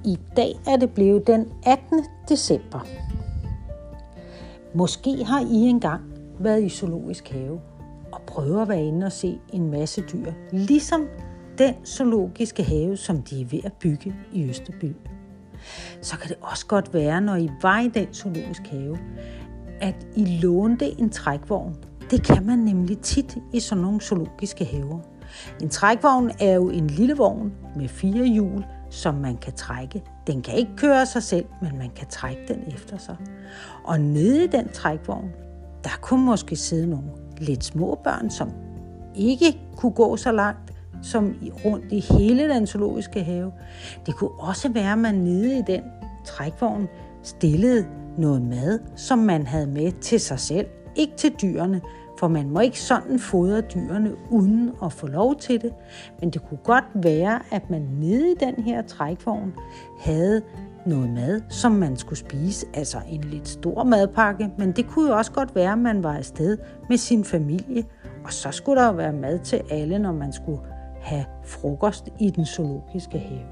i dag er det blevet den 18. december. Måske har I engang været i zoologisk have og prøvet at være inde og se en masse dyr, ligesom den zoologiske have, som de er ved at bygge i Østerby. Så kan det også godt være, når I var i den zoologiske have, at I lånte en trækvogn. Det kan man nemlig tit i sådan nogle zoologiske haver. En trækvogn er jo en lille vogn med 4 hjul, som man kan trække. Den kan ikke køre sig selv, men man kan trække den efter sig. Og nede i den trækvogn, der kunne måske sidde nogle lidt små børn, som ikke kunne gå så langt som rundt i hele den zoologiske have. Det kunne også være, at man nede i den trækvogn stillede noget mad, som man havde med til sig selv, ikke til dyrene, for man må ikke sådan fodre dyrene uden at få lov til det. Men det kunne godt være, at man nede i den her trækvogn havde noget mad, som man skulle spise, altså en lidt stor madpakke, men det kunne jo også godt være, at man var afsted med sin familie, og så skulle der jo være mad til alle, når man skulle have frokost i den zoologiske have.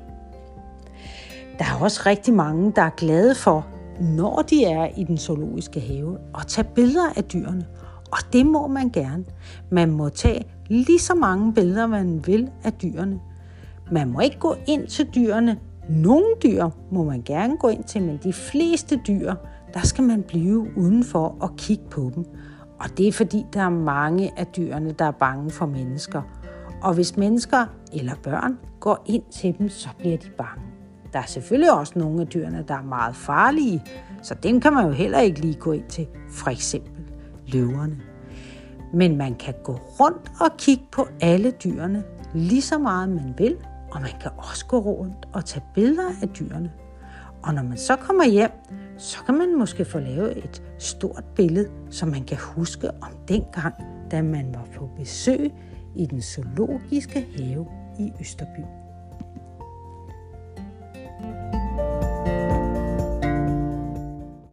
Der er også rigtig mange, der er glade for, når de er i den zoologiske have, at tage billeder af dyrene. Og det må man gerne. Man må tage lige så mange billeder, man vil af dyrene. Man må ikke gå ind til dyrene. Nogle dyr må man gerne gå ind til, men de fleste dyr, der skal man blive udenfor og kigge på dem. Og det er fordi, der er mange af dyrene, der er bange for mennesker. Og hvis mennesker eller børn går ind til dem, så bliver de bange. Der er selvfølgelig også nogle af dyrene, der er meget farlige, så dem kan man jo heller ikke lige gå ind til, for eksempel løverne. Men man kan gå rundt og kigge på alle dyrene lige så meget man vil, og man kan også gå rundt og tage billeder af dyrene. Og når man så kommer hjem, så kan man måske få lavet et stort billede, så man kan huske om dengang, da man var på besøg i den zoologiske have i Østerby.